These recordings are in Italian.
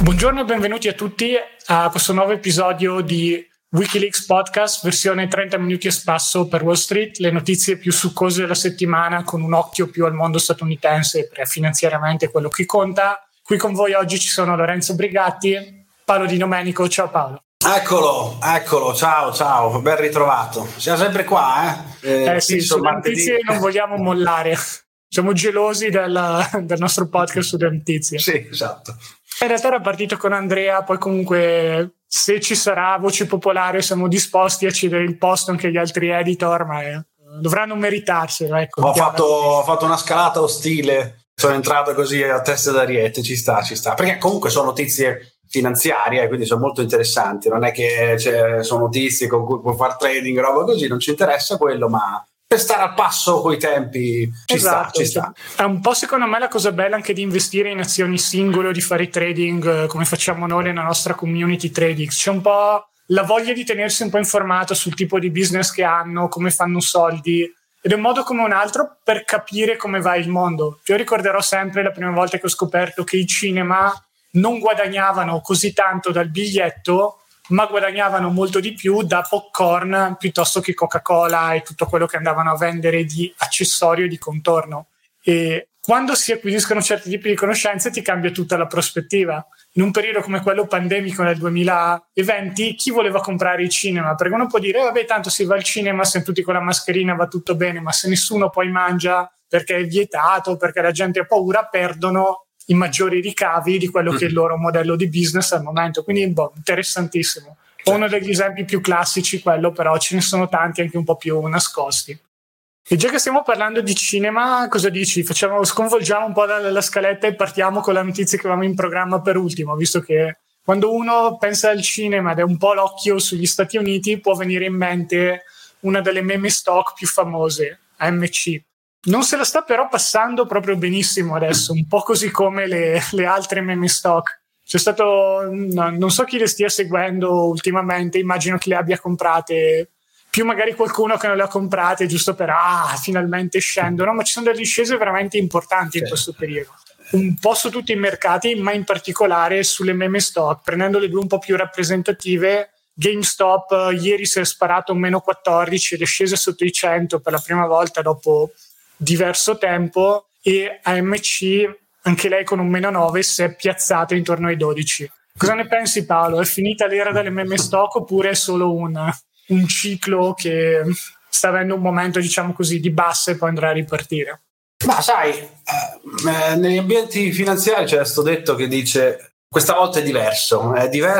Buongiorno e benvenuti a tutti a questo nuovo episodio di Wikileaks Podcast, versione 30 minuti a spasso per Wall Street, le notizie più succose della settimana con un occhio più al mondo statunitense, perché finanziariamente è quello che conta. Qui con voi oggi ci sono Lorenzo Brigatti, Paolo Di Domenico. Ciao Paolo. Eccolo, ciao, ben ritrovato. Siamo sempre qua, sì, sulle notizie non vogliamo mollare. Siamo gelosi del nostro podcast sulle notizie. Sì, esatto. In realtà era partito con Andrea, poi comunque se ci sarà voce popolare siamo disposti a cedere il posto anche agli altri editor, ma dovranno meritarselo. Ecco, ho fatto una scalata ostile, sono entrato così a testa d'ariete, ci sta, perché comunque sono notizie finanziarie, quindi sono molto interessanti, non è che sono notizie con cui puoi fare trading, roba così, non ci interessa quello, ma per stare al passo coi tempi ci sta. È un po' secondo me la cosa bella anche di investire in azioni singole, di fare trading come facciamo noi nella nostra community trading. C'è un po' la voglia di tenersi un po' informato sul tipo di business che hanno, come fanno soldi, ed è un modo come un altro per capire come va il mondo. Io ricorderò sempre la prima volta che ho scoperto che i cinema non guadagnavano così tanto dal biglietto, ma guadagnavano molto di più da popcorn piuttosto che Coca-Cola e tutto quello che andavano a vendere di accessorio e di contorno. E quando si acquisiscono certi tipi di conoscenze ti cambia tutta la prospettiva. In un periodo come quello pandemico nel 2020, chi voleva comprare il cinema? Perché uno può dire, vabbè, tanto si va al cinema, siamo tutti con la mascherina, va tutto bene, ma se nessuno poi mangia perché è vietato, perché la gente ha paura, perdono i maggiori ricavi di quello che è il loro modello di business al momento. Quindi interessantissimo. Uno degli esempi più classici quello, però ce ne sono tanti anche un po' più nascosti. E già che stiamo parlando di cinema, cosa dici? Sconvolgiamo un po' la scaletta e partiamo con la notizia che avevamo in programma per ultimo, visto che quando uno pensa al cinema ed è un po' l'occhio sugli Stati Uniti, può venire in mente una delle meme stock più famose, AMC. Non se la sta però passando proprio benissimo adesso, un po' così come le altre meme stock. C'è stato, non so chi le stia seguendo ultimamente, immagino che le abbia comprate, più magari qualcuno che non le ha comprate giusto per finalmente scendono, ma ci sono delle discese veramente importanti in questo periodo. Un po' su tutti i mercati, ma in particolare sulle meme stock, prendendo le due un po' più rappresentative. GameStop ieri si è sparato un meno 14 ed è scesa sotto i 100 per la prima volta dopo diverso tempo, e AMC anche lei con un meno 9 si è piazzata intorno ai 12. Cosa ne pensi, Paolo? È finita l'era delle meme stock oppure è solo un ciclo che sta avendo un momento, diciamo così, di bassa e poi andrà a ripartire? Ma sai, negli ambienti finanziari c'è questo detto che dice questa volta è diverso,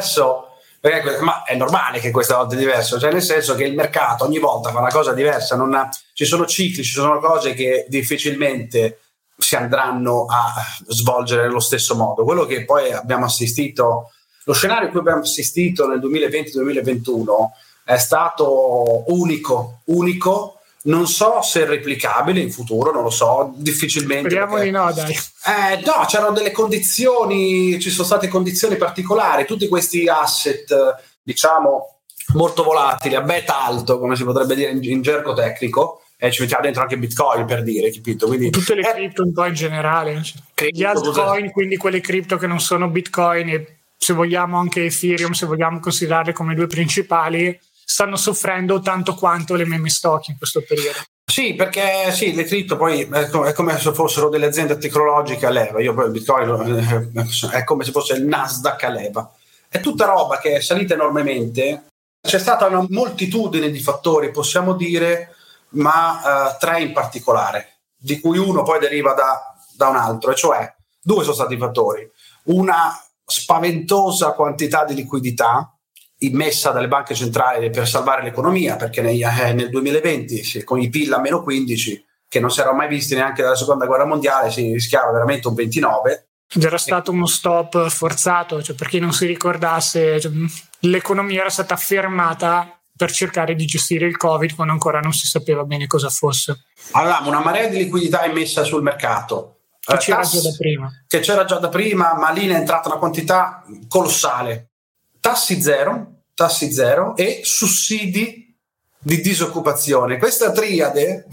ma è normale che questa volta è diverso, cioè nel senso che il mercato ogni volta fa una cosa diversa, ci sono cicli, ci sono cose che difficilmente si andranno a svolgere nello stesso modo. Quello che poi abbiamo assistito, lo scenario in cui abbiamo assistito nel 2020-2021 è stato unico, non so se è replicabile in futuro, non lo so, difficilmente. Speriamo di no, dai. No, c'erano delle condizioni, ci sono state condizioni particolari, tutti questi asset, diciamo, molto volatili, a beta alto, come si potrebbe dire in gergo tecnico, ci mettiamo dentro anche Bitcoin per dire, capito? Quindi, tutte le cripto un po' in generale, gli altcoin, quindi quelle cripto che non sono Bitcoin e se vogliamo anche Ethereum, se vogliamo considerarle come due principali, stanno soffrendo tanto quanto le meme stock in questo periodo. Sì, perché sì, le cripto poi è come se fossero delle aziende tecnologiche a leva. Io poi il Bitcoin è come se fosse il Nasdaq a leva. È tutta roba che è salita enormemente. C'è stata una moltitudine di fattori, possiamo dire, ma tre in particolare, di cui uno poi deriva da un altro, e cioè due sono stati i fattori. Una spaventosa quantità di liquidità immessa dalle banche centrali per salvare l'economia, perché nel 2020 con i PIL a meno 15, che non si erano mai visti neanche dalla seconda guerra mondiale, si rischiava veramente un 29. Era stato uno stop forzato, cioè per chi non si ricordasse, l'economia era stata fermata per cercare di gestire il Covid quando ancora non si sapeva bene cosa fosse. Avevamo una marea di liquidità immessa sul mercato, che c'era già da prima, ma lì è entrata una quantità colossale. Tassi zero e sussidi di disoccupazione. Questa triade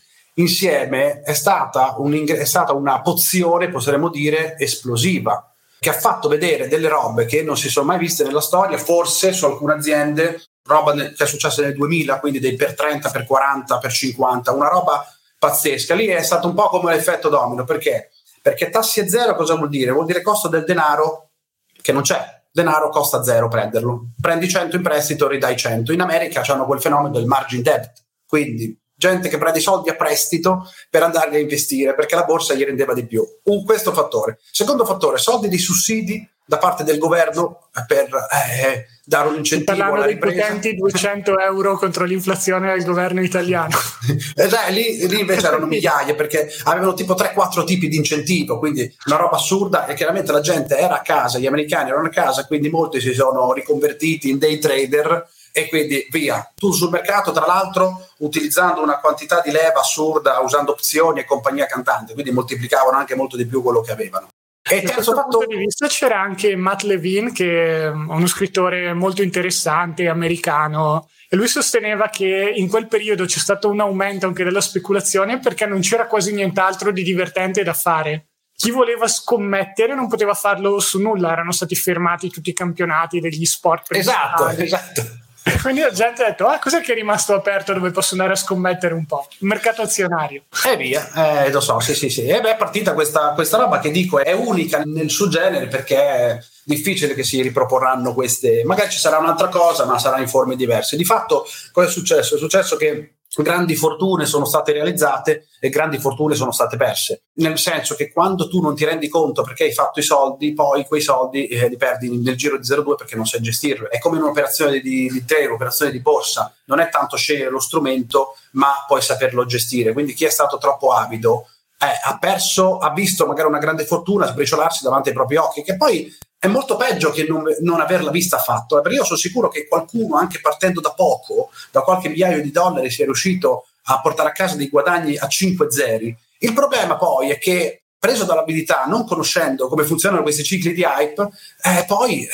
insieme è stata una pozione, potremmo dire, esplosiva. che ha fatto vedere delle robe che non si sono mai viste nella storia, forse su alcune aziende, roba che è successa nel 2000, quindi dei per 30, per 40, per 50, una roba pazzesca. Lì è stato un po' come l'effetto domino. Perché? Perché tassi a zero cosa vuol dire? Vuol dire costo del denaro che non c'è. Denaro costa zero prenderlo. Prendi 100 in prestito, ridai 100. In America hanno quel fenomeno del margin debt, quindi gente che prende i soldi a prestito per andarli a investire perché la borsa gli rendeva di più. Questo fattore. Secondo fattore, soldi di sussidi da parte del governo per dare un incentivo alla ripresa. Parlando dei potenti 200 euro contro l'inflazione del governo italiano. Lì invece erano migliaia, perché avevano tipo 3-4 tipi di incentivo, quindi una roba assurda, e chiaramente la gente era a casa, gli americani erano a casa, quindi molti si sono riconvertiti in day trader e quindi via. Tu sul mercato, tra l'altro, utilizzando una quantità di leva assurda, usando opzioni e compagnia cantante, quindi moltiplicavano anche molto di più quello che avevano. E da questo punto di vista c'era anche Matt Levine, che è uno scrittore molto interessante, americano, e lui sosteneva che in quel periodo c'è stato un aumento anche della speculazione perché non c'era quasi nient'altro di divertente da fare. Chi voleva scommettere non poteva farlo su nulla, erano stati fermati tutti i campionati degli sport principali. Esatto. Quindi la gente ha detto, cos'è che è rimasto aperto dove posso andare a scommettere un po'? Il mercato azionario. E via, lo so, sì. E beh, è partita questa roba che dico è unica nel suo genere, perché è difficile che si riproporranno queste, magari ci sarà un'altra cosa, ma sarà in forme diverse. Di fatto cosa è successo? È successo che grandi fortune sono state realizzate e grandi fortune sono state perse, nel senso che quando tu non ti rendi conto perché hai fatto i soldi, poi quei soldi li perdi nel giro di 0,2 perché non sai gestirlo. È come un'operazione di trade, un'operazione di borsa, non è tanto scegliere lo strumento ma poi saperlo gestire. Quindi chi è stato troppo avido ha visto magari una grande fortuna sbriciolarsi davanti ai propri occhi, che poi è molto peggio che non averla vista affatto, perché io sono sicuro che qualcuno, anche partendo da poco, da qualche migliaio di dollari, sia riuscito a portare a casa dei guadagni a 5 zeri. Il problema poi è che, preso dall'abilità, non conoscendo come funzionano questi cicli di hype, poi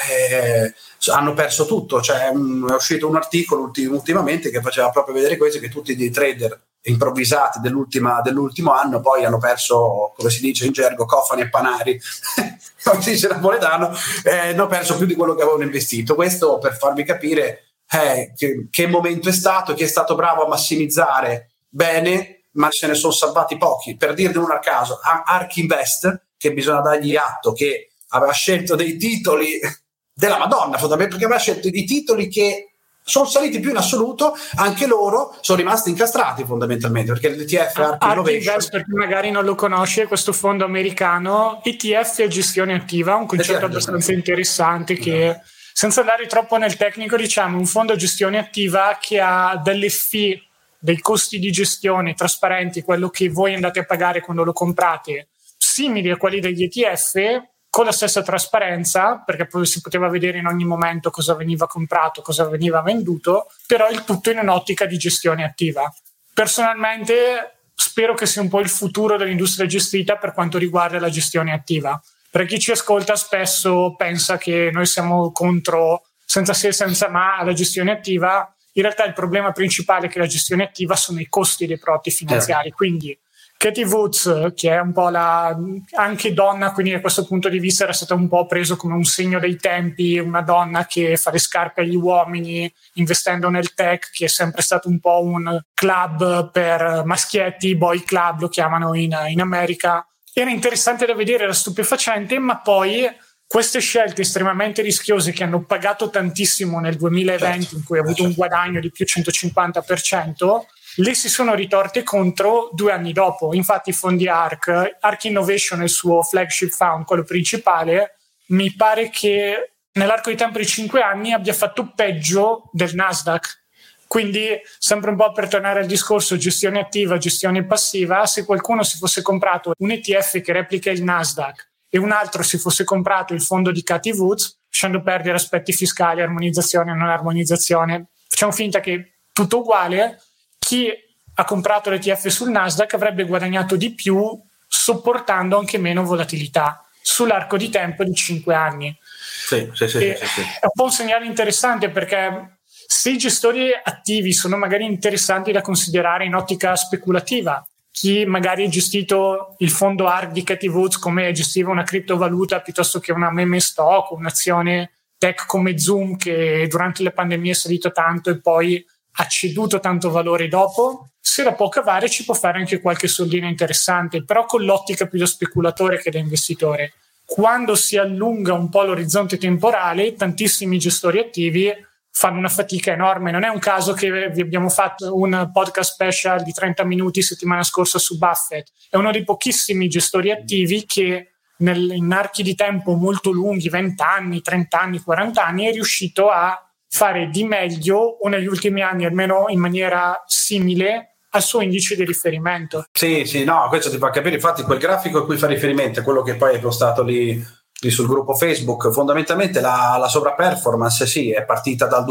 hanno perso tutto. Cioè, è uscito un articolo ultimamente che faceva proprio vedere questo, che tutti i trader improvvisati dell'ultimo anno poi hanno perso, come si dice in gergo, cofani e panari come si dice napoletano, hanno perso più di quello che avevano investito. Questo per farvi capire che momento è stato, chi è stato bravo a massimizzare bene, ma se ne sono salvati pochi. Per dirne uno a caso, Ark Invest, che bisogna dargli atto che aveva scelto dei titoli della Madonna, perché aveva scelto dei titoli che sono saliti più in assoluto, anche loro sono rimasti incastrati fondamentalmente, perché l'ETF Ark Invest, per chi magari non lo conosce, questo fondo americano ETF a gestione attiva, un concetto abbastanza interessante che, senza andare troppo nel tecnico, diciamo un fondo a gestione attiva che ha delle fee, dei costi di gestione trasparenti, quello che voi andate a pagare quando lo comprate, simili a quelli degli ETF, con la stessa trasparenza, perché poi si poteva vedere in ogni momento cosa veniva comprato, cosa veniva venduto, però il tutto in un'ottica di gestione attiva. Personalmente spero che sia un po' il futuro dell'industria gestita per quanto riguarda la gestione attiva. Per chi ci ascolta spesso pensa che noi siamo contro, senza se e senza ma, la gestione attiva. In realtà il problema principale che la gestione attiva sono i costi dei prodotti finanziari, quindi Cathie Woods, che è un po' anche donna, quindi da questo punto di vista era stata un po' preso come un segno dei tempi, una donna che fa le scarpe agli uomini investendo nel tech, che è sempre stato un po' un club per maschietti, boy club lo chiamano in America. Era interessante da vedere, era stupefacente, ma poi queste scelte estremamente rischiose che hanno pagato tantissimo nel 2020, in cui ha avuto un guadagno di più 150%, le si sono ritorte contro 2 anni dopo. Infatti i fondi Ark Innovation è il suo flagship fund, quello principale, mi pare che nell'arco di tempo di 5 anni abbia fatto peggio del Nasdaq. Quindi sempre un po' per tornare al discorso gestione attiva, gestione passiva, se qualcuno si fosse comprato un ETF che replica il Nasdaq e un altro si fosse comprato il fondo di Cathie Woods, lasciando perdere aspetti fiscali, armonizzazione, non armonizzazione, facciamo finta che tutto uguale, chi ha comprato l'ETF sul Nasdaq avrebbe guadagnato di più sopportando anche meno volatilità sull'arco di tempo di 5 anni. Sì. È un po' un segnale interessante, perché se i gestori attivi sono magari interessanti da considerare in ottica speculativa, chi magari ha gestito il fondo ARK di Cathie Woods come gestiva una criptovaluta piuttosto che una meme stock, un'azione tech come Zoom che durante le pandemie è salito tanto e poi ha ceduto tanto valore dopo, se la può cavare ci può fare anche qualche soldino interessante, però con l'ottica più da speculatore che da investitore. Quando si allunga un po' l'orizzonte temporale, tantissimi gestori attivi fanno una fatica enorme. Non è un caso che vi abbiamo fatto un podcast special di 30 minuti settimana scorsa su Buffett. È uno dei pochissimi gestori attivi che in archi di tempo molto lunghi, 20 anni, 30 anni, 40 anni, è riuscito a fare di meglio o negli ultimi anni almeno in maniera simile al suo indice di riferimento. Sì, no, questo ti fa capire. Infatti quel grafico a cui fa riferimento è quello che poi è postato lì sul gruppo Facebook. Fondamentalmente la sovraperformance è partita dal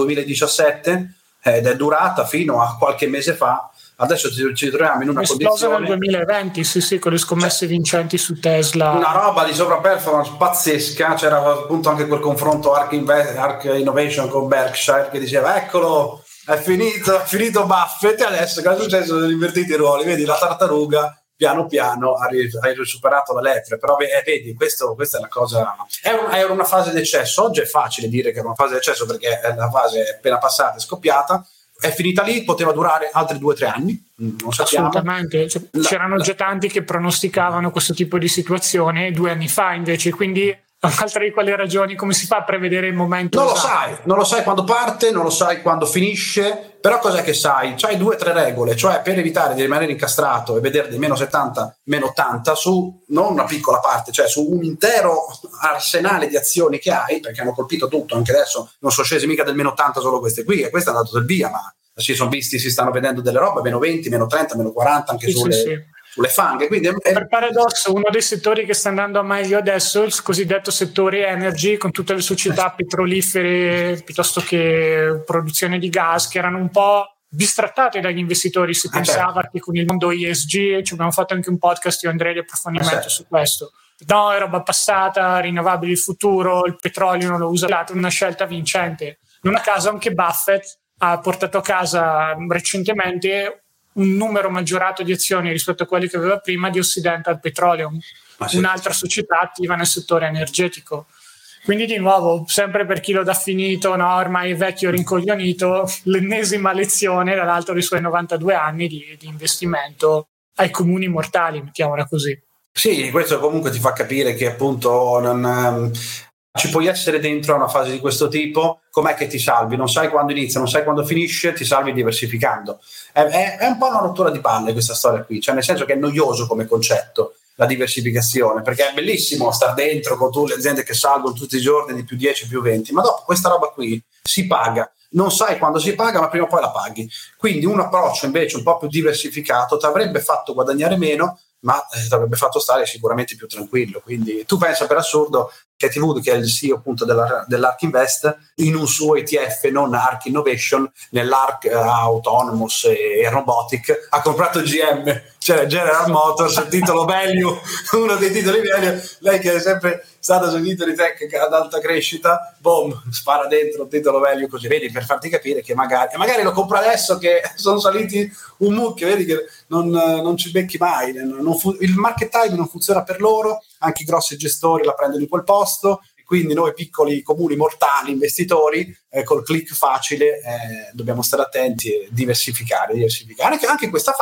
2017 ed è durata fino a qualche mese fa. Adesso ci troviamo in una condizione nel 2020, sì, con le scommesse vincenti su Tesla. Una roba di sovraperformance pazzesca. C'era appunto anche quel confronto ARK Innovation con Berkshire che diceva eccolo, è finito Buffett, e adesso cosa è successo? Sono invertiti i ruoli, vedi la tartaruga piano piano ha superato la lepre, però vedi, questa è la cosa, è una fase d'eccesso. Oggi è facile dire che è una fase d'eccesso perché la fase è appena passata, è scoppiata, è finita lì, poteva durare altri 2 o 3 anni, non sappiamo. Assolutamente, c'erano già tanti che pronosticavano questo tipo di situazione 2 anni fa invece, quindi altre di quelle ragioni, come si fa a prevedere il momento esatto? Non lo sai quando parte, non lo sai quando finisce, però cos'è che sai? C'hai 2 o 3 regole, cioè per evitare di rimanere incastrato e vedere dei meno 70, meno 80 su non una piccola parte, cioè su un intero arsenale di azioni che hai, perché hanno colpito tutto, anche adesso non sono scesi mica del meno 80 solo queste qui, e questo è andato del via, ma si stanno vedendo delle robe meno 20, meno 30, meno 40 anche sulle fanghe. Quindi per paradosso, uno dei settori che sta andando a meglio adesso è il cosiddetto settore energy, con tutte le società petrolifere piuttosto che produzione di gas che erano un po' bistrattate dagli investitori. Si pensava che con il mondo ESG, ci abbiamo fatto anche un podcast io e Andrea di approfondimento su questo. No, è roba passata, rinnovabili il futuro, il petrolio non lo usa, una scelta vincente. Non a caso anche Buffett ha portato a casa recentemente un numero maggiorato di azioni rispetto a quelli che aveva prima di Occidental Petroleum, un'altra società attiva nel settore energetico. Quindi di nuovo, sempre per chi lo dà finito, no, ormai vecchio rincoglionito, l'ennesima lezione dall'alto dei suoi 92 anni di investimento ai comuni mortali, mettiamola così. Sì, questo comunque ti fa capire che appunto non ci puoi essere dentro a una fase di questo tipo. Com'è che ti salvi? Non sai quando inizia, non sai quando finisce, ti salvi diversificando. È un po' una rottura di palle questa storia qui, cioè nel senso che è noioso come concetto la diversificazione, perché è bellissimo star dentro con tutte le aziende che salgono tutti i giorni di più 10, più 20, ma dopo questa roba qui si paga. Non sai quando si paga, ma prima o poi la paghi. Quindi un approccio invece un po' più diversificato ti avrebbe fatto guadagnare meno, ma ti avrebbe fatto stare sicuramente più tranquillo. Quindi tu pensa, per assurdo, Cathie Wood, che è il CEO appunto dell'ARK Invest, in un suo ETF non ARK Innovation, nell'ARK Autonomous e Robotic, ha comprato GM, cioè General Motors, il titolo value, uno dei titoli value. Lei che è sempre stata sui titoli tech ad alta crescita, boom, spara dentro un titolo value così, vedi, per farti capire che magari lo compra adesso che sono saliti un mucchio, vedi che non ci becchi mai, il market time non funziona per loro, anche i grossi gestori la prendono in quel posto, quindi noi piccoli comuni mortali investitori col click facile dobbiamo stare attenti e diversificare anche in questa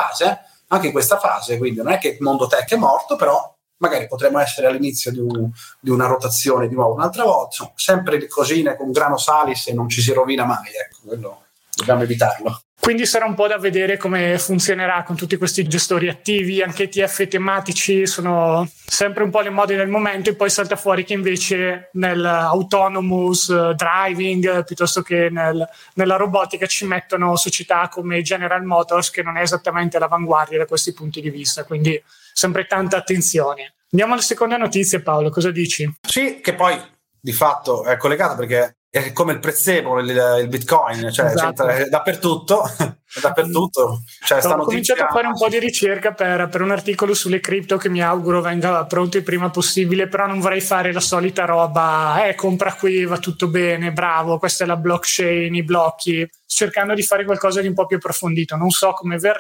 fase, quindi non è che il mondo tech è morto, però magari potremmo essere all'inizio di una rotazione di nuovo un'altra volta, insomma, sempre cosine con grano salis e non ci si rovina mai, ecco, quello dobbiamo evitarlo. Quindi sarà un po' da vedere come funzionerà con tutti questi gestori attivi, anche ETF tematici sono sempre un po' le mode del momento, e poi salta fuori che invece nel autonomous driving piuttosto che nella robotica ci mettono società come General Motors, che non è esattamente all'avanguardia da questi punti di vista, quindi sempre tanta attenzione. Andiamo alla seconda notizia, Paolo, cosa dici? Sì, che poi di fatto è collegata perché è come il prezzemolo, il Bitcoin, cioè esatto. È dappertutto. Cioè, ho cominciato a fare un po' di ricerca per un articolo sulle cripto che mi auguro venga pronto il prima possibile, però non vorrei fare la solita roba, compra qui, va tutto bene, bravo, questa è la blockchain, i blocchi, cercando di fare qualcosa di un po' più approfondito. Non so come verrà,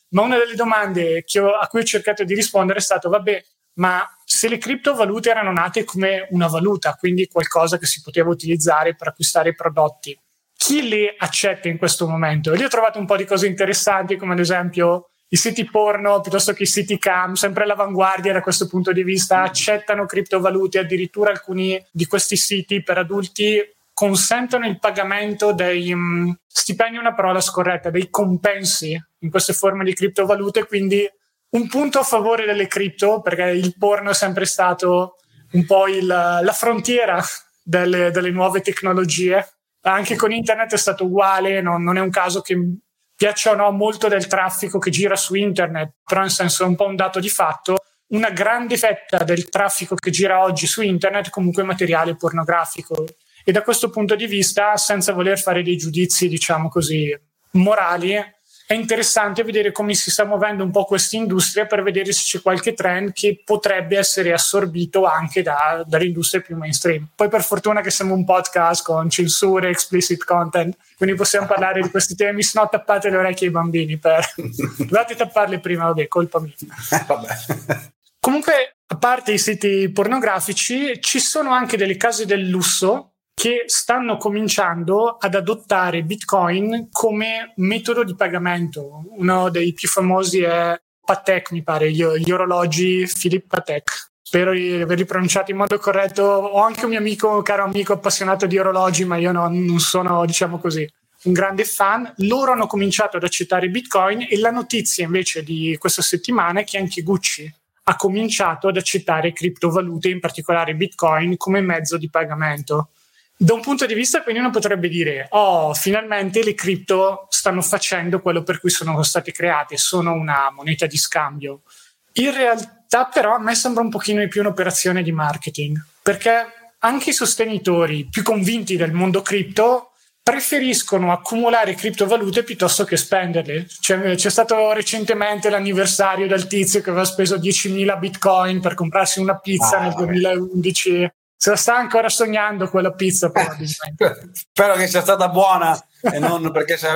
ma una delle domande a cui ho cercato di rispondere è stato: vabbè, ma se le criptovalute erano nate come una valuta, quindi qualcosa che si poteva utilizzare per acquistare prodotti, chi le accetta in questo momento? E lì ho trovato un po' di cose interessanti, come ad esempio i siti porno piuttosto che i siti cam, sempre all'avanguardia da questo punto di vista, accettano criptovalute. Addirittura alcuni di questi siti per adulti consentono il pagamento dei stipendi, una parola scorretta, dei compensi in queste forme di criptovalute. Quindi un punto a favore delle cripto, perché il porno è sempre stato un po' la frontiera delle nuove tecnologie. Anche con internet è stato uguale, non è un caso che piaccia o no molto del traffico che gira su internet, però nel senso è un po' un dato di fatto. Una grande fetta del traffico che gira oggi su internet è comunque materiale pornografico, e da questo punto di vista, senza voler fare dei giudizi, diciamo così, morali, è interessante vedere come si sta muovendo un po' questa industria, per vedere se c'è qualche trend che potrebbe essere assorbito anche dalle industrie più mainstream. Poi per fortuna che siamo un podcast con censure, explicit content, quindi possiamo parlare di questi temi, se no tappate le orecchie ai bambini. Dovete tapparle prima, vabbè, colpa mia. Vabbè. Comunque, a parte i siti pornografici, ci sono anche delle case del lusso che stanno cominciando ad adottare Bitcoin come metodo di pagamento. Uno dei più famosi è Patek, mi pare, gli orologi Philippe Patek. Spero di averli pronunciati in modo corretto. Ho anche un mio amico, caro amico appassionato di orologi, ma io non sono, diciamo così, un grande fan. Loro hanno cominciato ad accettare Bitcoin, e la notizia invece di questa settimana è che anche Gucci ha cominciato ad accettare criptovalute, in particolare Bitcoin, come mezzo di pagamento. Da un punto di vista, quindi, uno potrebbe dire: oh, finalmente le cripto stanno facendo quello per cui sono state create, sono una moneta di scambio. In realtà però a me sembra un pochino di più un'operazione di marketing, perché anche i sostenitori più convinti del mondo cripto preferiscono accumulare criptovalute piuttosto che spenderle. C'è stato recentemente l'anniversario del tizio che aveva speso 10.000 bitcoin per comprarsi una pizza nel 2011. Se la sta ancora sognando quella pizza, probabilmente. Spero che sia stata buona e non perché si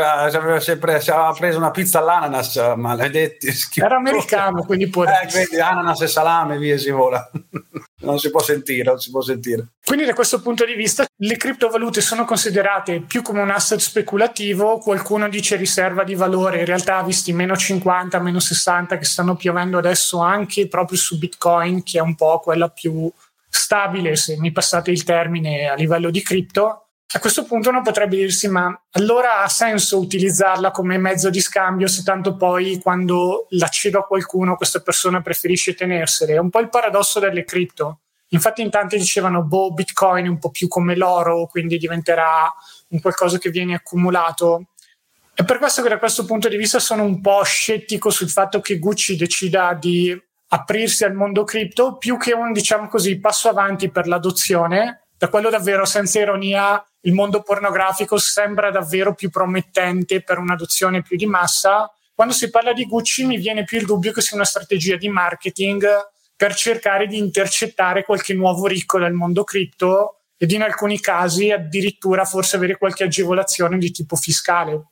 aveva preso una pizza all'ananas, maledetti. Schifoso. Era americano, quindi può quindi ananas e salame, via si vola. Non si può sentire. Quindi da questo punto di vista le criptovalute sono considerate più come un asset speculativo. Qualcuno dice riserva di valore, in realtà visti meno 50, meno 60 che stanno piovendo adesso anche proprio su Bitcoin, che è un po' quella più stabile, se mi passate il termine, a livello di cripto. A questo punto uno potrebbe dirsi: ma allora ha senso utilizzarla come mezzo di scambio, se tanto poi quando la cedo a qualcuno questa persona preferisce tenersele? È un po' il paradosso delle cripto. Infatti in tanti dicevano: Bitcoin è un po' più come l'oro, quindi diventerà un qualcosa che viene accumulato. È per questo che da questo punto di vista sono un po' scettico sul fatto che Gucci decida di aprirsi al mondo cripto, più che un, diciamo così, passo avanti per l'adozione. Da quello davvero, senza ironia, il mondo pornografico sembra davvero più promettente per un'adozione più di massa. Quando si parla di Gucci mi viene più il dubbio che sia una strategia di marketing per cercare di intercettare qualche nuovo ricco del mondo cripto, ed in alcuni casi addirittura forse avere qualche agevolazione di tipo fiscale.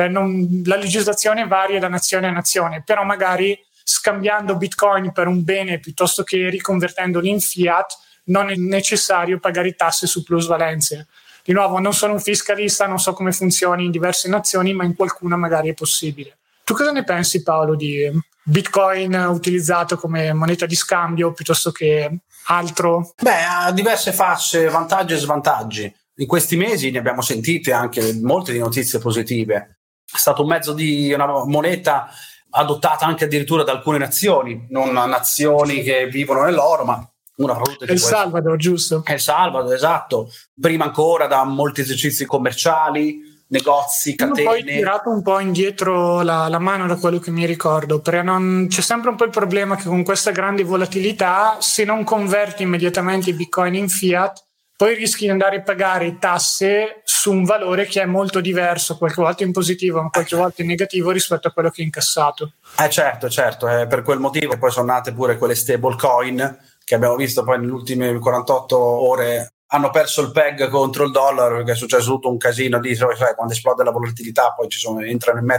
La legislazione varia da nazione a nazione, però magari scambiando Bitcoin per un bene piuttosto che riconvertendoli in fiat non è necessario pagare tasse su plusvalenze. Di nuovo, non sono un fiscalista, non so come funzioni in diverse nazioni, ma in qualcuna magari è possibile. Tu cosa ne pensi, Paolo, di Bitcoin utilizzato come moneta di scambio piuttosto che altro? Ha diverse facce, vantaggi e svantaggi. In questi mesi ne abbiamo sentite anche molte di notizie positive. È stato un mezzo di una moneta adottata anche addirittura da alcune nazioni, non nazioni che vivono nell'oro, ma una valuta El Salvador, giusto? El Salvador, esatto. Prima ancora da molti esercizi commerciali, negozi, catene. Poi tirato un po' indietro la mano da quello che mi ricordo, perché c'è sempre un po' il problema che con questa grande volatilità, se non converti immediatamente i Bitcoin in fiat, poi rischi di andare a pagare tasse su un valore che è molto diverso, qualche volta in positivo, ma qualche volta in negativo rispetto a quello che è incassato. Certo, per quel motivo poi sono nate pure quelle stable coin che abbiamo visto poi nelle ultime 48 ore hanno perso il peg contro il dollaro, perché è successo tutto un casino di quando esplode la volatilità, poi entrano in mezzo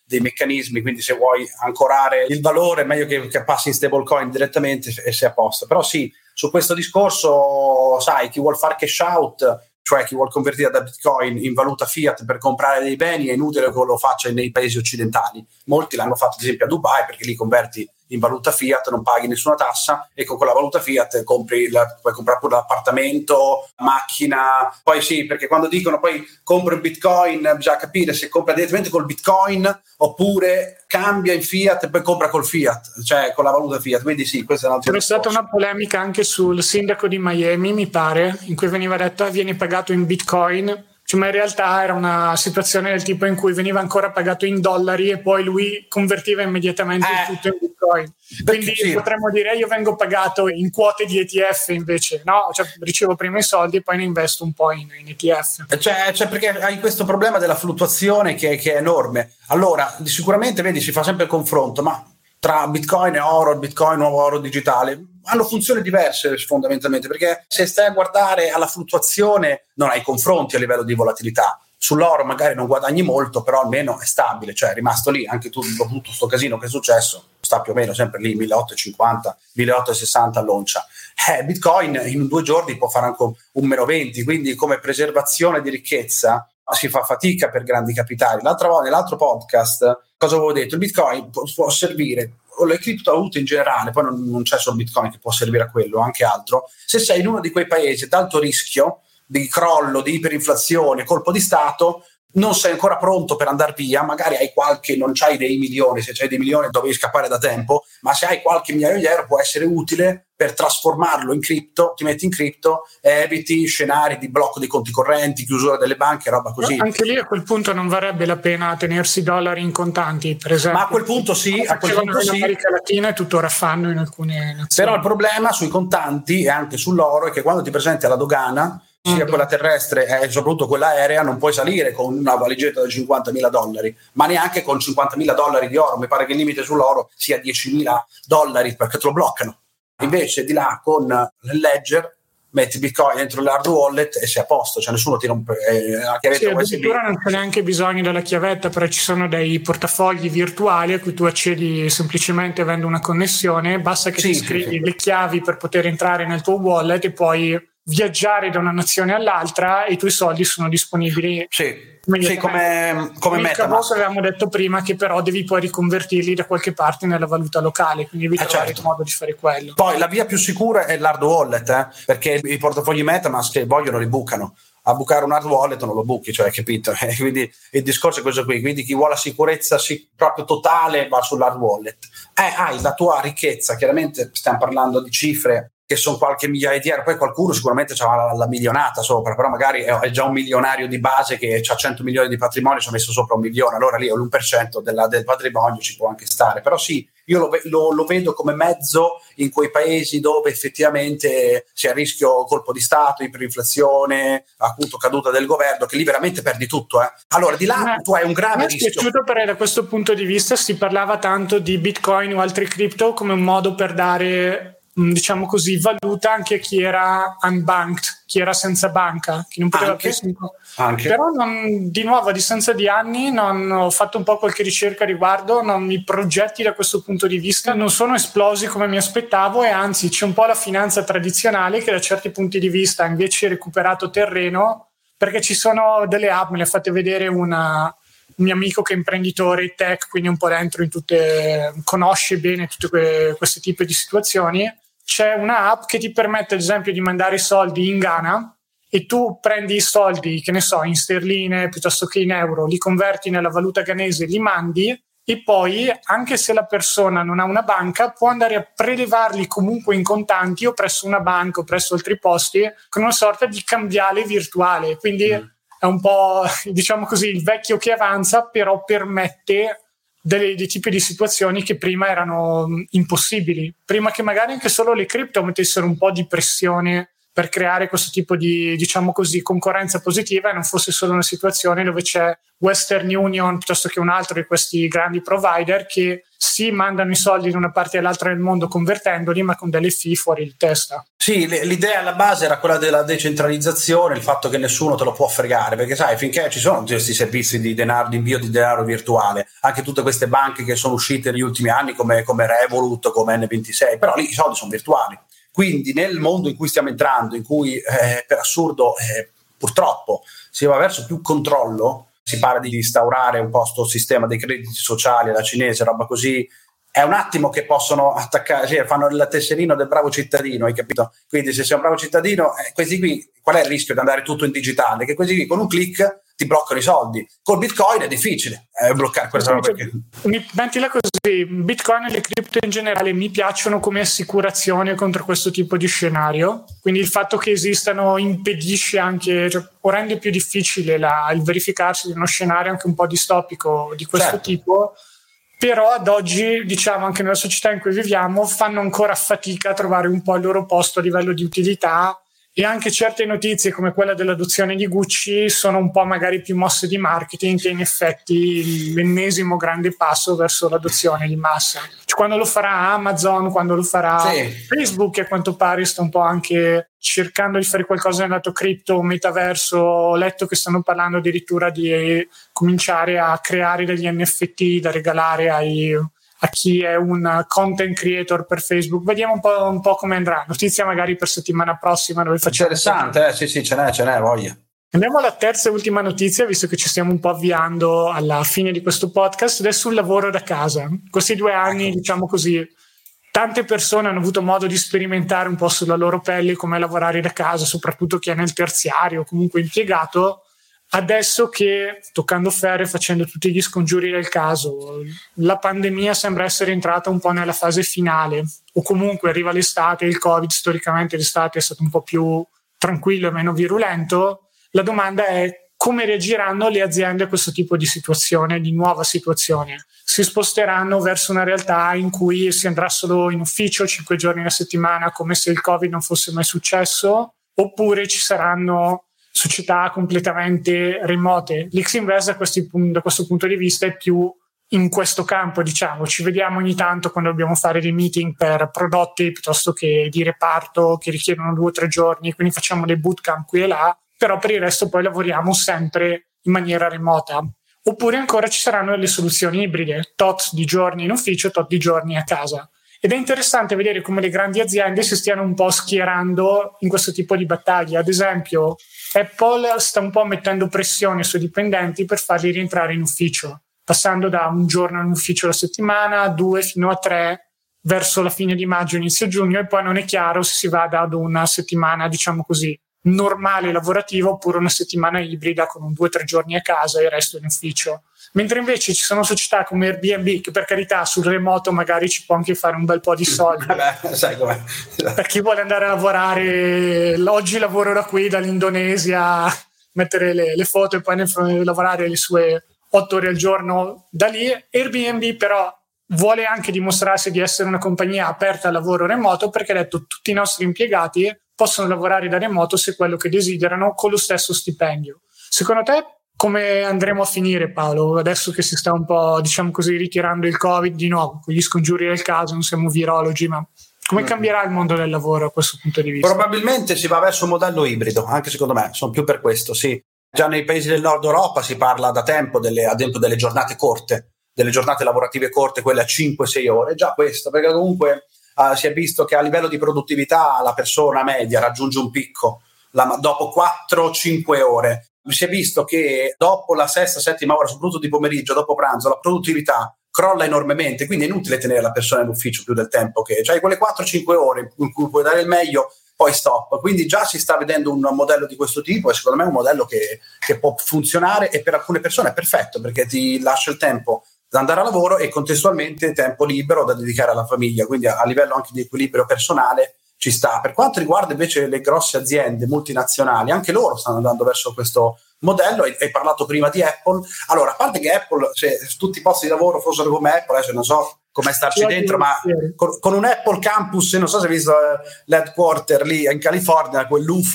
dei meccanismi, quindi se vuoi ancorare il valore è meglio che passi in stablecoin direttamente e sia a posto. Però sì, su questo discorso, sai, chi vuol fare cash out, cioè chi vuol convertire da Bitcoin in valuta fiat per comprare dei beni, è inutile che lo faccia nei paesi occidentali. Molti l'hanno fatto ad esempio a Dubai, perché lì converti in valuta fiat, non paghi nessuna tassa e con quella valuta fiat puoi comprare pure l'appartamento, macchina. Poi sì, perché quando dicono poi compro in Bitcoin, bisogna capire se compra direttamente col Bitcoin oppure cambia in fiat e poi compra col fiat, cioè con la valuta fiat. Quindi sì, questa è un'altra C'era stata una polemica anche sul sindaco di Miami, mi pare, in cui veniva detto vieni pagato in Bitcoin, cioè, ma in realtà era una situazione del tipo in cui veniva ancora pagato in dollari e poi lui convertiva immediatamente tutto in Bitcoin. Quindi sì, potremmo dire io vengo pagato in quote di ETF invece, no? Cioè, ricevo prima i soldi e poi ne investo un po' in ETF. Cioè perché hai questo problema della fluttuazione che è enorme. Allora, sicuramente vedi, si fa sempre il confronto, ma tra Bitcoin e oro, Bitcoin nuovo oro digitale, hanno funzioni diverse fondamentalmente, perché se stai a guardare alla fluttuazione non hai confronti a livello di volatilità. Sull'oro magari non guadagni molto, però almeno è stabile, cioè è rimasto lì, anche tutto sto casino che è successo, sta più o meno sempre lì, 1850, 1860 all'oncia. Bitcoin in 2 giorni può fare anche un meno 20, quindi come preservazione di ricchezza si fa fatica per grandi capitali. L'altra volta, nell'altro podcast, cosa avevo detto? Il Bitcoin può servire, o le criptovalute in generale, poi non c'è solo Bitcoin che può servire a quello, anche altro, se sei in uno di quei paesi ad alto rischio di crollo, di iperinflazione, colpo di Stato, non sei ancora pronto per andare via, magari hai non c'hai dei milioni, se c'hai dei milioni dovevi scappare da tempo, ma se hai qualche migliaio di euro può essere utile per trasformarlo in cripto, ti metti in cripto e eviti scenari di blocco dei conti correnti, chiusura delle banche, roba così. Anche lì a quel punto non varrebbe la pena tenersi dollari in contanti, per esempio. Ma a quel punto sì, in America Latina e tuttora fanno in alcune nazioni. Però il problema sui contanti e anche sull'oro è che quando ti presenti alla dogana, sia quella terrestre e soprattutto quella aerea, non puoi salire con una valigetta da $50.000, ma neanche con $50.000 di oro. Mi pare che il limite sull'oro sia $10.000 perché te lo bloccano. Invece di là con il Ledger metti Bitcoin dentro l'hard wallet e sei a posto, cioè nessuno ti rompe la chiavetta. Addirittura non c'è neanche bisogno della chiavetta, però ci sono dei portafogli virtuali a cui tu accedi semplicemente avendo una connessione, basta che ti scrivi le chiavi per poter entrare nel tuo wallet e poi viaggiare da una nazione all'altra e i tuoi soldi sono disponibili. Sì, come MetaMask. Avevamo detto prima che però devi poi riconvertirli da qualche parte nella valuta locale, quindi devi trovare il modo di fare quello. Poi la via più sicura è l'hard wallet, perché i portafogli MetaMask che vogliono li bucano. A bucare un hard wallet non lo buchi, cioè, capito? Quindi il discorso è questo qui, quindi chi vuole la sicurezza proprio totale va sull'hard wallet. Hai la tua ricchezza, chiaramente stiamo parlando di cifre che sono qualche migliaia di euro, poi qualcuno sicuramente ha la milionata sopra, però magari è già un milionario di base che ha 100 milioni di patrimonio, ci ha messo sopra 1 milione, allora lì l'1% del patrimonio ci può anche stare. Però sì, io lo vedo come mezzo in quei paesi dove effettivamente c'è a rischio colpo di Stato, iperinflazione, appunto caduta del governo, che lì veramente perdi tutto. Allora di là tu hai un grave rischio. Mi è piaciuto perché da questo punto di vista si parlava tanto di Bitcoin o altri cripto come un modo per dare, diciamo così, valuta anche a chi era unbanked, chi era senza banca, chi non poteva più. Però di nuovo, a distanza di anni, ho fatto un po' qualche ricerca a riguardo, i progetti da questo punto di vista non sono esplosi come mi aspettavo, e anzi c'è un po' la finanza tradizionale che da certi punti di vista ha invece recuperato terreno, perché ci sono delle app, me le ha fatte vedere un mio amico che è imprenditore tech, quindi un po' dentro in conosce bene tutte questi tipi di situazioni. C'è una app che ti permette ad esempio di mandare i soldi in Ghana e tu prendi i soldi, che ne so, in sterline piuttosto che in euro, li converti nella valuta ghanese, li mandi e poi, anche se la persona non ha una banca, può andare a prelevarli comunque in contanti o presso una banca o presso altri posti con una sorta di cambiale virtuale. Quindi è un po', diciamo così, il vecchio che avanza, però permette dei tipi di situazioni che prima erano impossibili, prima che magari anche solo le cripto mettessero un po' di pressione per creare questo tipo di, diciamo così, concorrenza positiva e non fosse solo una situazione dove c'è Western Union piuttosto che un altro di questi grandi provider che si mandano i soldi da una parte all'altra del mondo convertendoli, ma con delle fee fuori di testa. Sì, l'idea alla base era quella della decentralizzazione, il fatto che nessuno te lo può fregare, perché sai, finché ci sono questi servizi di invio di denaro virtuale, anche tutte queste banche che sono uscite negli ultimi anni come Revolut, come N26, però lì i soldi sono virtuali. Quindi nel mondo in cui stiamo entrando, in cui per assurdo purtroppo si va verso più controllo, si parla di instaurare un po' sto sistema dei crediti sociali alla cinese, roba così, è un attimo che possono attaccare, cioè fanno il tesserino del bravo cittadino, hai capito? Quindi se sei un bravo cittadino, questi qui, qual è il rischio di andare tutto in digitale? Che questi qui con un click ti bloccano i soldi. Col Bitcoin è difficile bloccare questa roba. Mettila così, Bitcoin e le cripto in generale mi piacciono come assicurazione contro questo tipo di scenario, quindi il fatto che esistano impedisce anche, cioè, o rende più difficile il verificarsi di uno scenario anche un po' distopico di questo tipo. Però ad oggi, diciamo, anche nella società in cui viviamo, fanno ancora fatica a trovare un po' il loro posto a livello di utilità, e anche certe notizie come quella dell'adozione di Gucci sono un po' magari più mosse di marketing che in effetti l'ennesimo grande passo verso l'adozione di massa. Cioè, quando lo farà Amazon, quando lo farà Facebook, a quanto pare sta un po' anche cercando di fare qualcosa nel lato cripto, metaverso. Ho letto che stanno parlando addirittura di cominciare a creare degli NFT da regalare a chi è un content creator per Facebook. Vediamo un po' come andrà. Notizia magari per settimana prossima dove facciamo. Interessante, sì, ce n'è voglia. Andiamo alla terza e ultima notizia, visto che ci stiamo un po' avviando alla fine di questo podcast, ed è sul lavoro da casa. Questi 2 anni, diciamo così, tante persone hanno avuto modo di sperimentare un po' sulla loro pelle come lavorare da casa, soprattutto chi è nel terziario o comunque impiegato. Adesso che, toccando ferro e facendo tutti gli scongiuri del caso, la pandemia sembra essere entrata un po' nella fase finale, o comunque arriva l'estate, il Covid, storicamente l'estate è stato un po' più tranquillo e meno virulento, la domanda è come reagiranno le aziende a questo tipo di situazione, di nuova situazione. Si sposteranno verso una realtà in cui si andrà solo in ufficio 5 giorni alla settimana, come se il Covid non fosse mai successo, oppure ci saranno società completamente remote. L'X-Invest da questo punto di vista è più in questo campo, diciamo. Ci vediamo ogni tanto quando dobbiamo fare dei meeting per prodotti piuttosto che di reparto che richiedono 2 o 3 giorni, quindi facciamo dei bootcamp qui e là, però per il resto poi lavoriamo sempre in maniera remota. Oppure ancora ci saranno delle soluzioni ibride, tot di giorni in ufficio, tot di giorni a casa. Ed è interessante vedere come le grandi aziende si stiano un po' schierando in questo tipo di battaglie. Ad esempio, Apple sta un po' mettendo pressione sui dipendenti per farli rientrare in ufficio, passando da 1 giorno in ufficio alla settimana, 2 fino a 3 verso la fine di maggio, inizio giugno, e poi non è chiaro se si vada ad una settimana, diciamo così, normale lavorativa oppure una settimana ibrida con 2 o 3 giorni a casa e il resto in ufficio. Mentre invece ci sono società come Airbnb che, per carità, sul remoto magari ci può anche fare un bel po' di soldi. Sai com'è. Per chi vuole andare a lavorare, oggi lavoro da qui, dall'Indonesia, mettere le foto e poi lavorare le sue 8 ore al giorno da lì. Airbnb però vuole anche dimostrarsi di essere una compagnia aperta al lavoro remoto, perché ha detto tutti i nostri impiegati possono lavorare da remoto se quello che desiderano, con lo stesso stipendio. Secondo te come andremo a finire, Paolo, adesso che si sta un po', diciamo così, ritirando il Covid di nuovo, con gli scongiuri del caso, non siamo virologi, ma come cambierà il mondo del lavoro a questo punto di vista? Probabilmente si va verso un modello ibrido, anche secondo me, sono più per questo, sì. Già nei paesi del nord Europa si parla da tempo ad esempio delle giornate corte, delle giornate lavorative corte, quelle a 5-6 ore, già questo, perché comunque si è visto che a livello di produttività la persona media raggiunge un picco dopo 4-5 ore. Si è visto che dopo la 6ª-7ª ora, soprattutto di pomeriggio, dopo pranzo, la produttività crolla enormemente, quindi è inutile tenere la persona in ufficio più del tempo che, cioè quelle 4-5 ore in cui puoi dare il meglio, poi stop. Quindi già si sta vedendo un modello di questo tipo, e secondo me è un modello che può funzionare, e per alcune persone è perfetto, perché ti lascia il tempo da andare a lavoro e contestualmente tempo libero da dedicare alla famiglia, quindi a livello anche di equilibrio personale ci sta. Per quanto riguarda invece le grosse aziende multinazionali, anche loro stanno andando verso questo modello. Hai parlato prima di Apple. Allora, a parte che Apple, se tutti i posti di lavoro fossero come Apple, adesso non so come starci dentro, ma con un Apple Campus, non so se hai visto l'headquarter lì in California, quell'UFO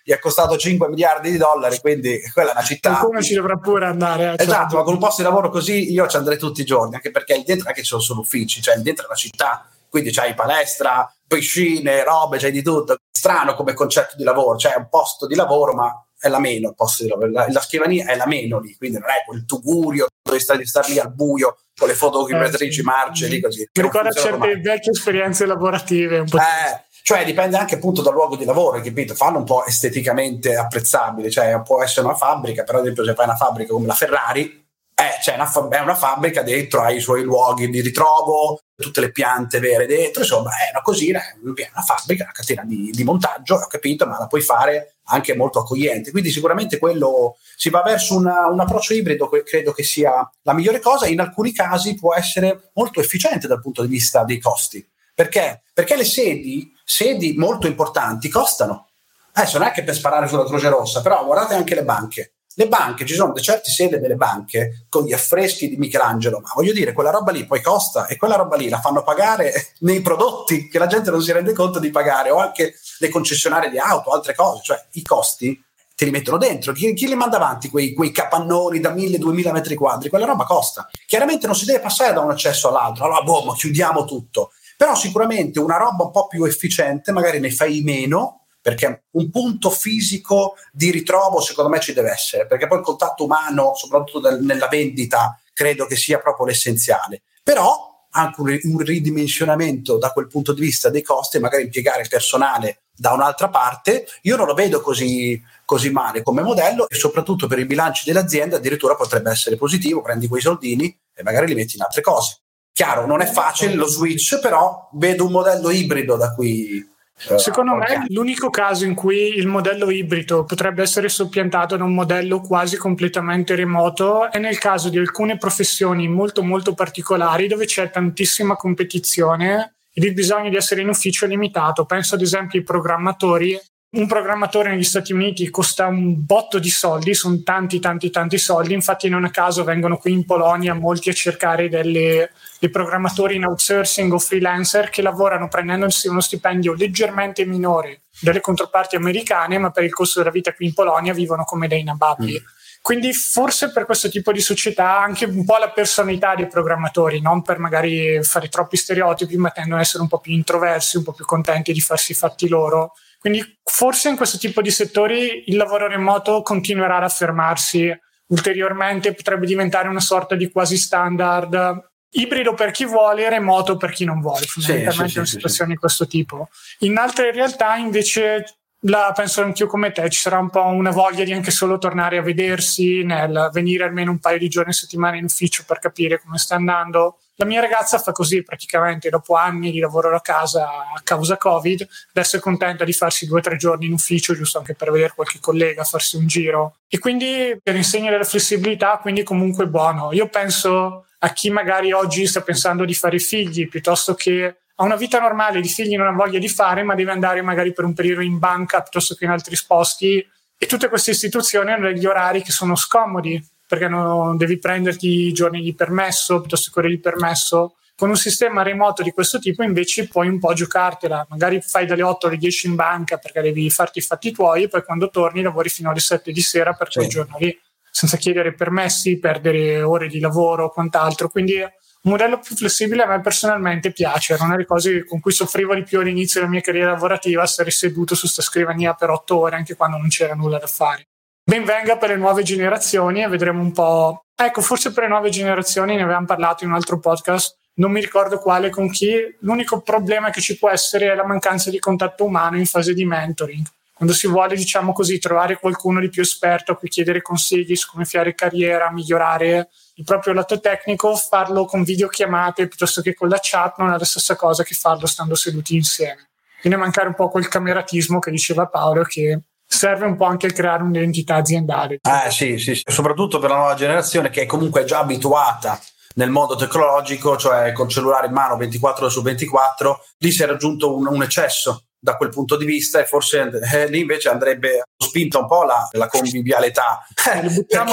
gli è costato 5 miliardi di dollari, quindi quella è una città. Qualcuno ci dovrà pure andare. Esatto, ma con un posto di lavoro così io ci andrei tutti i giorni, anche perché lì dentro anche ci sono solo uffici, cioè lì dentro è una città, quindi c'hai palestra, piscine, robe, c'hai di tutto. Strano come concetto di lavoro, cioè è un posto di lavoro, ma è la meno il posto di lavoro, la scrivania è la meno lì, quindi non è quel tugurio dove stai lì al buio con le fotocopiatrici marce lì così. Mi ricorda certe vecchie esperienze lavorative un po'. Cioè dipende anche appunto dal luogo di lavoro, capito? Fanno un po' esteticamente apprezzabile, cioè può essere una fabbrica, però ad esempio se fai una fabbrica come la Ferrari, cioè è una fabbrica, dentro hai i suoi luoghi di ritrovo, tutte le piante vere dentro, insomma è una cosina, è una fabbrica, una catena di montaggio, ho capito, ma la puoi fare anche molto accogliente, quindi sicuramente quello si va verso un approccio ibrido, credo che sia la migliore cosa. In alcuni casi può essere molto efficiente dal punto di vista dei costi, perché le sedi molto importanti costano. Adesso non è che per sparare sulla Croce Rossa, però guardate anche le banche, ci sono certe sedi delle banche con gli affreschi di Michelangelo, ma voglio dire, quella roba lì poi costa, e quella roba lì la fanno pagare nei prodotti che la gente non si rende conto di pagare, o anche le concessionarie di auto, altre cose, cioè i costi te li mettono dentro. Chi li manda avanti quei capannoni da 1000-2000 metri quadri? Quella roba costa. Chiaramente non si deve passare da un accesso all'altro, allora boh, chiudiamo tutto, però sicuramente una roba un po' più efficiente, magari ne fai meno, perché un punto fisico di ritrovo secondo me ci deve essere, perché poi il contatto umano, soprattutto nella vendita, credo che sia proprio l'essenziale. Però anche un ridimensionamento da quel punto di vista dei costi, magari impiegare personale da un'altra parte, io non lo vedo così male come modello, e soprattutto per i bilanci delle aziende addirittura potrebbe essere positivo. Prendi quei soldini e magari li metti in altre cose. Chiaro, non è facile lo switch, però vedo un modello ibrido da cui... Secondo me l'unico caso in cui il modello ibrido potrebbe essere soppiantato da un modello quasi completamente remoto è nel caso di alcune professioni molto molto particolari dove c'è tantissima competizione ed il bisogno di essere in ufficio è limitato. Penso ad esempio ai programmatori. Un programmatore negli Stati Uniti costa un botto di soldi, sono tanti soldi, infatti non a caso vengono qui in Polonia molti a cercare dei programmatori in outsourcing o freelancer che lavorano prendendosi uno stipendio leggermente minore delle controparti americane, ma per il costo della vita qui in Polonia vivono come dei nababbi. Quindi forse per questo tipo di società anche un po' la personalità dei programmatori, non per magari fare troppi stereotipi, ma tendono ad essere un po' più introversi, un po' più contenti di farsi i fatti loro. Quindi forse in questo tipo di settori il lavoro remoto continuerà ad affermarsi ulteriormente, potrebbe diventare una sorta di quasi standard, ibrido per chi vuole, remoto per chi non vuole, fondamentalmente una situazione di questo tipo. In altre realtà invece penso anch'io come te, ci sarà un po' una voglia di anche solo tornare a vedersi, nel venire almeno un paio di giorni a settimana in ufficio per capire come sta andando. La mia ragazza fa così praticamente, dopo anni di lavoro da casa a causa Covid, adesso è contenta di farsi 2 o 3 giorni in ufficio, giusto anche per vedere qualche collega, farsi un giro. E quindi per insegnare la flessibilità, quindi comunque buono. Io penso a chi magari oggi sta pensando di fare figli, piuttosto che ha una vita normale, di figli non ha voglia di fare, ma deve andare magari per un periodo in banca piuttosto che in altri posti. E tutte queste istituzioni hanno degli orari che sono scomodi, perché non devi prenderti i giorni di permesso piuttosto che ore di permesso. Con un sistema remoto di questo tipo invece puoi un po' giocartela, magari fai dalle 8 alle 10 in banca perché devi farti i fatti tuoi, e poi quando torni lavori fino alle 7 di sera per quel giorno lì, senza chiedere permessi, perdere ore di lavoro o quant'altro. Quindi un modello più flessibile a me personalmente piace, era una delle cose con cui soffrivo di più all'inizio della mia carriera lavorativa, stare seduto su sta scrivania per 8 ore anche quando non c'era nulla da fare. Ben venga per le nuove generazioni e vedremo un po'. Ecco, forse per le nuove generazioni ne avevamo parlato in un altro podcast, non mi ricordo quale, con chi. L'unico problema che ci può essere è la mancanza di contatto umano in fase di mentoring. Quando si vuole, diciamo così, trovare qualcuno di più esperto a cui chiedere consigli su come fare carriera, migliorare il proprio lato tecnico, farlo con videochiamate piuttosto che con la chat non è la stessa cosa che farlo stando seduti insieme. Viene a mancare un po' quel cameratismo che diceva Paolo, che serve un po' anche a creare un'identità aziendale. Sì, soprattutto per la nuova generazione che è comunque già abituata nel mondo tecnologico, cioè col cellulare in mano 24 ore su 24, lì si è raggiunto un eccesso da quel punto di vista, e forse lì invece andrebbe spinta un po' la convivialità. Li buttiamo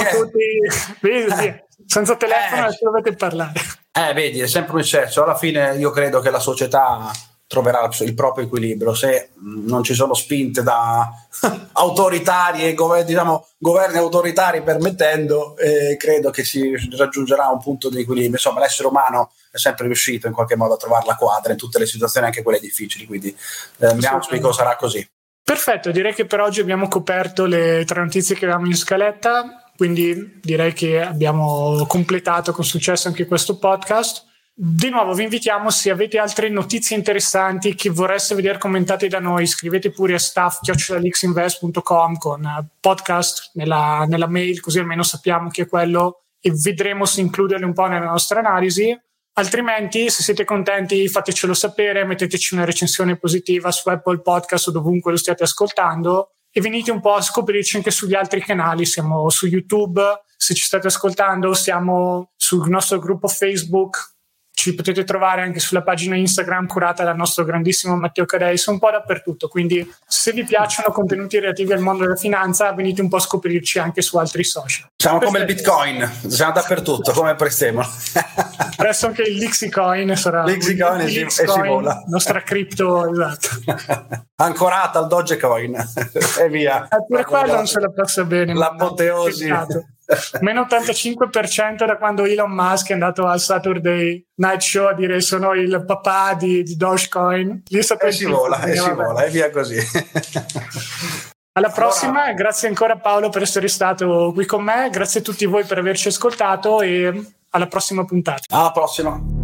tutti senza telefono, adesso dovete parlare. Vedi, è sempre un eccesso. Alla fine io credo che la società troverà il proprio equilibrio. Se non ci sono spinte da autoritarie, governi autoritari permettendo, credo che si raggiungerà un punto di equilibrio. Insomma, l'essere umano è sempre riuscito in qualche modo a trovare la quadra in tutte le situazioni, anche quelle difficili, quindi mi auspico sarà così. Perfetto, direi che per oggi abbiamo coperto le 3 notizie che avevamo in scaletta, quindi direi che abbiamo completato con successo anche questo podcast. Di nuovo vi invitiamo, se avete altre notizie interessanti che vorreste vedere commentate da noi, scrivete pure a staff@lixinvest.com con podcast nella mail, così almeno sappiamo che è quello e vedremo se includerli un po' nella nostra analisi. Altrimenti, se siete contenti, fatecelo sapere, metteteci una recensione positiva su Apple Podcast o dovunque lo stiate ascoltando e venite un po' a scoprirci anche sugli altri canali. Siamo su YouTube, se ci state ascoltando, siamo sul nostro gruppo Facebook, ci potete trovare anche sulla pagina Instagram curata dal nostro grandissimo Matteo Cadei, un po' dappertutto, quindi se vi piacciono contenuti relativi al mondo della finanza venite un po' a scoprirci anche su altri social. Siamo come il Bitcoin, siamo dappertutto, come Prestemo. Adesso anche il Lixicoin sarà Lixicoin e si vola. Nostra cripto, esatto. Ancorata al Dogecoin e via. Pure quello non se la passa bene. L'apoteosi. Meno 85% da quando Elon Musk è andato al Saturday Night Show a dire sono il papà di Dogecoin. Lì è stato e si vola, e via così. Alla prossima, grazie ancora Paolo per essere stato qui con me, grazie a tutti voi per averci ascoltato e alla prossima puntata. Alla prossima.